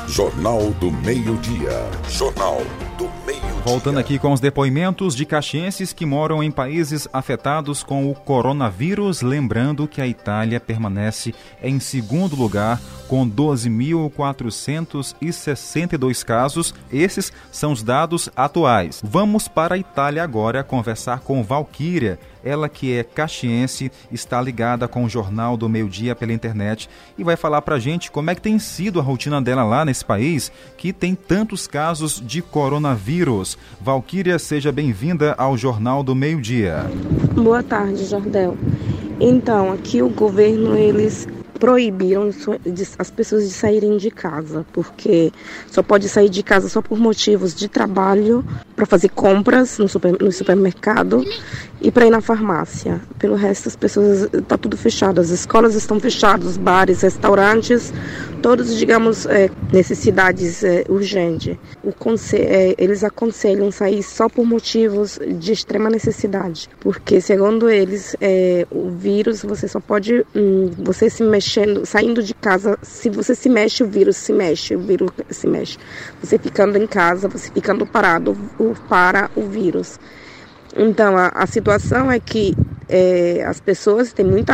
Jornal do Meio-Dia. Jornal do Meio-Dia. Voltando aqui com os depoimentos de caxienses que moram em países afetados com o coronavírus, lembrando que a Itália permanece em segundo lugar com 12.462 casos. Esses são os dados atuais. Vamos para a Itália agora conversar com Valquíria. Ela que é caxiense, está ligada com o Jornal do Meio-Dia pela internet e vai falar pra gente como é que tem sido a rotina dela lá nesse país que tem tantos casos de coronavírus. Valquíria, seja bem-vinda ao Jornal do Meio-Dia. Boa tarde, Jardel. Então, aqui o governo, eles proibiram as pessoas de saírem de casa, porque só pode sair de casa só por motivos de trabalho, para fazer compras no supermercado e para ir na farmácia. Pelo resto, as pessoas, está tudo fechado, as escolas estão fechadas, bares, restaurantes, todos, digamos, necessidades urgentes. Eles aconselham sair só por motivos de extrema necessidade, porque, segundo eles, o vírus, você só pode, você se mexendo, saindo de casa, se você se mexe, o vírus se mexe. Você ficando em casa, você ficando parado, para o vírus. Então, a situação é que as pessoas têm muito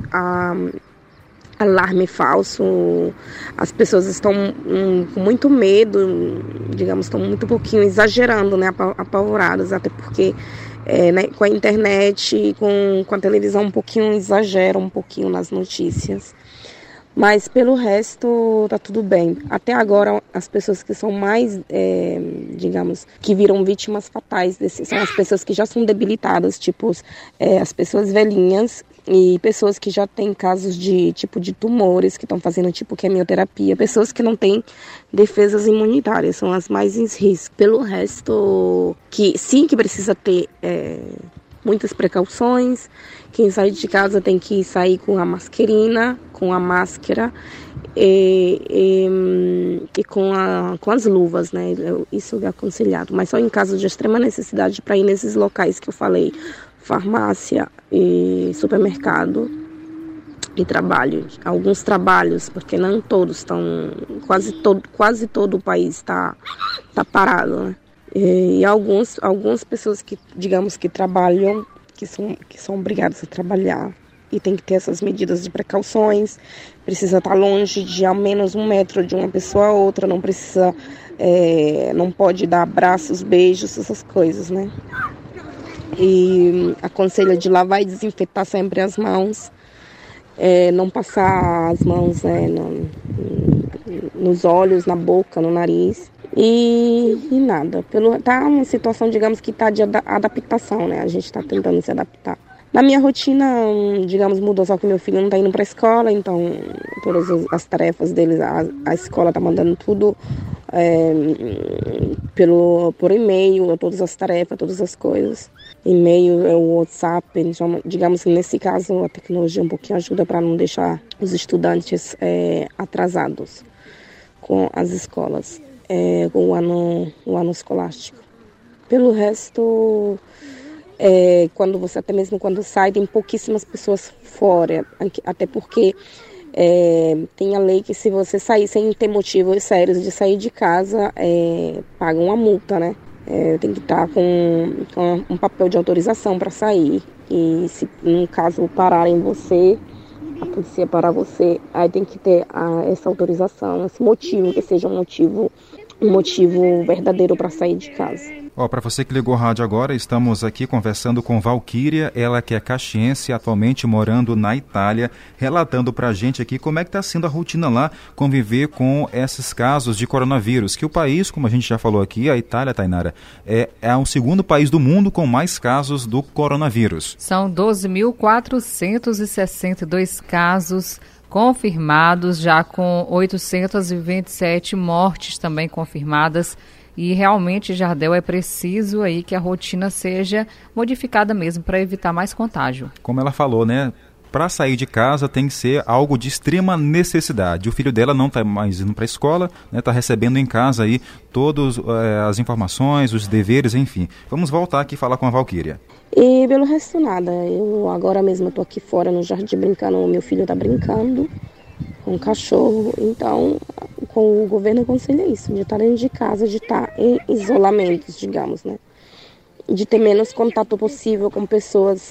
alarme falso, as pessoas estão com muito medo, digamos, estão muito pouquinho exagerando, né, apavoradas, até porque né, com a internet, com a televisão um pouquinho exageram um pouquinho nas notícias. Mas pelo resto tá tudo bem. Até agora as pessoas que são mais, digamos, que viram vítimas fatais são as pessoas que já são debilitadas, tipo as pessoas velhinhas e pessoas que já têm casos de tumores, que estão fazendo quimioterapia, pessoas que não têm defesas imunitárias, são as mais em risco. Pelo resto, que precisa ter muitas precauções. Quem sai de casa tem que sair com a mascarina, com a máscara e com as luvas, né? Isso é aconselhado, mas só em caso de extrema necessidade para ir nesses locais que eu falei, farmácia e supermercado e trabalho. Alguns trabalhos, porque não todos estão, quase todo o país está parado, né? E algumas pessoas que, digamos, que trabalham, que são obrigadas a trabalhar e tem que ter essas medidas de precauções, precisa estar longe de ao menos 1 metro de uma pessoa a outra, não pode dar abraços, beijos, essas coisas, né? E aconselha de lavar e desinfetar sempre as mãos, não passar as mãos nos olhos, na boca, no nariz. E nada, tá uma situação, digamos, que tá de adaptação, né? A gente está tentando se adaptar. Na minha rotina, digamos, mudou, só que meu filho não tá indo para a escola, então todas as tarefas deles, a escola tá mandando tudo por e-mail, todas as tarefas, todas as coisas. E-mail, o WhatsApp, então, digamos que nesse caso a tecnologia um pouquinho ajuda para não deixar os estudantes atrasados com as escolas. Com o ano escolástico. Pelo resto, até mesmo quando sai, tem pouquíssimas pessoas fora, até porque tem a lei que se você sair sem ter motivos sérios de sair de casa, paga uma multa, né? Tem que estar com um papel de autorização para sair. E se no caso pararem você, a polícia parar você, aí tem que ter essa autorização, esse motivo, que seja um motivo verdadeiro para sair de casa. Para você que ligou o rádio agora, estamos aqui conversando com Valquíria, ela que é caxiense, atualmente morando na Itália, relatando para a gente aqui como é que está sendo a rotina lá, conviver com esses casos de coronavírus, que o país, como a gente já falou aqui, a Itália, Tainara, é o segundo país do mundo com mais casos do coronavírus. São 12.462 casos confirmados, já com 827 mortes também confirmadas. E realmente, Jardel, é preciso aí que a rotina seja modificada mesmo para evitar mais contágio. Como ela falou, né? Para sair de casa tem que ser algo de extrema necessidade. O filho dela não está mais indo para a escola, né? Está recebendo em casa aí todas as informações, os deveres, enfim. Vamos voltar aqui e falar com a Valquíria. E pelo resto nada. Eu agora mesmo estou aqui fora no jardim brincando, o meu filho está brincando um cachorro. Então, o governo aconselha isso, de estar dentro de casa, de estar em isolamentos, digamos, né? De ter menos contato possível com pessoas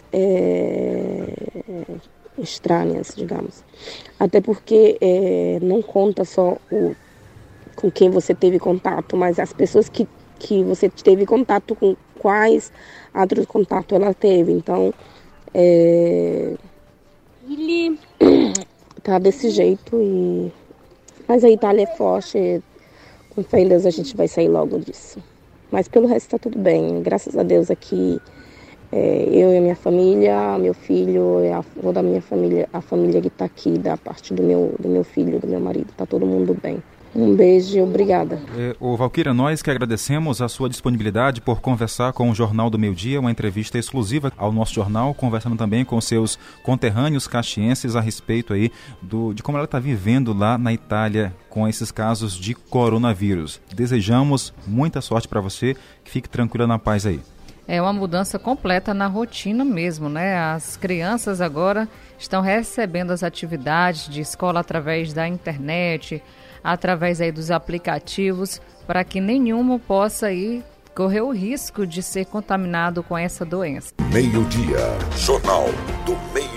estranhas, digamos. Até porque não conta só com quem você teve contato, mas as pessoas que você teve contato, com quais outros contatos ela teve. Então, tá desse jeito. Mas a Itália é forte, com fé em Deus a gente vai sair logo disso. Mas pelo resto tá tudo bem, graças a Deus aqui, eu e a minha família, meu filho, toda a minha família, a família que tá aqui, da parte do meu filho, do meu marido, tá todo mundo bem. Um beijo e obrigada. Valquíria, nós que agradecemos a sua disponibilidade por conversar com o Jornal do Meio Dia, uma entrevista exclusiva ao nosso jornal, conversando também com seus conterrâneos caxienses a respeito aí de como ela está vivendo lá na Itália com esses casos de coronavírus. Desejamos muita sorte para você, que fique tranquila na paz aí. É uma mudança completa na rotina mesmo, né? As crianças agora estão recebendo as atividades de escola através da internet, através aí dos aplicativos, para que nenhuma possa aí correr o risco de ser contaminado com essa doença. Meio-dia, Jornal do Meio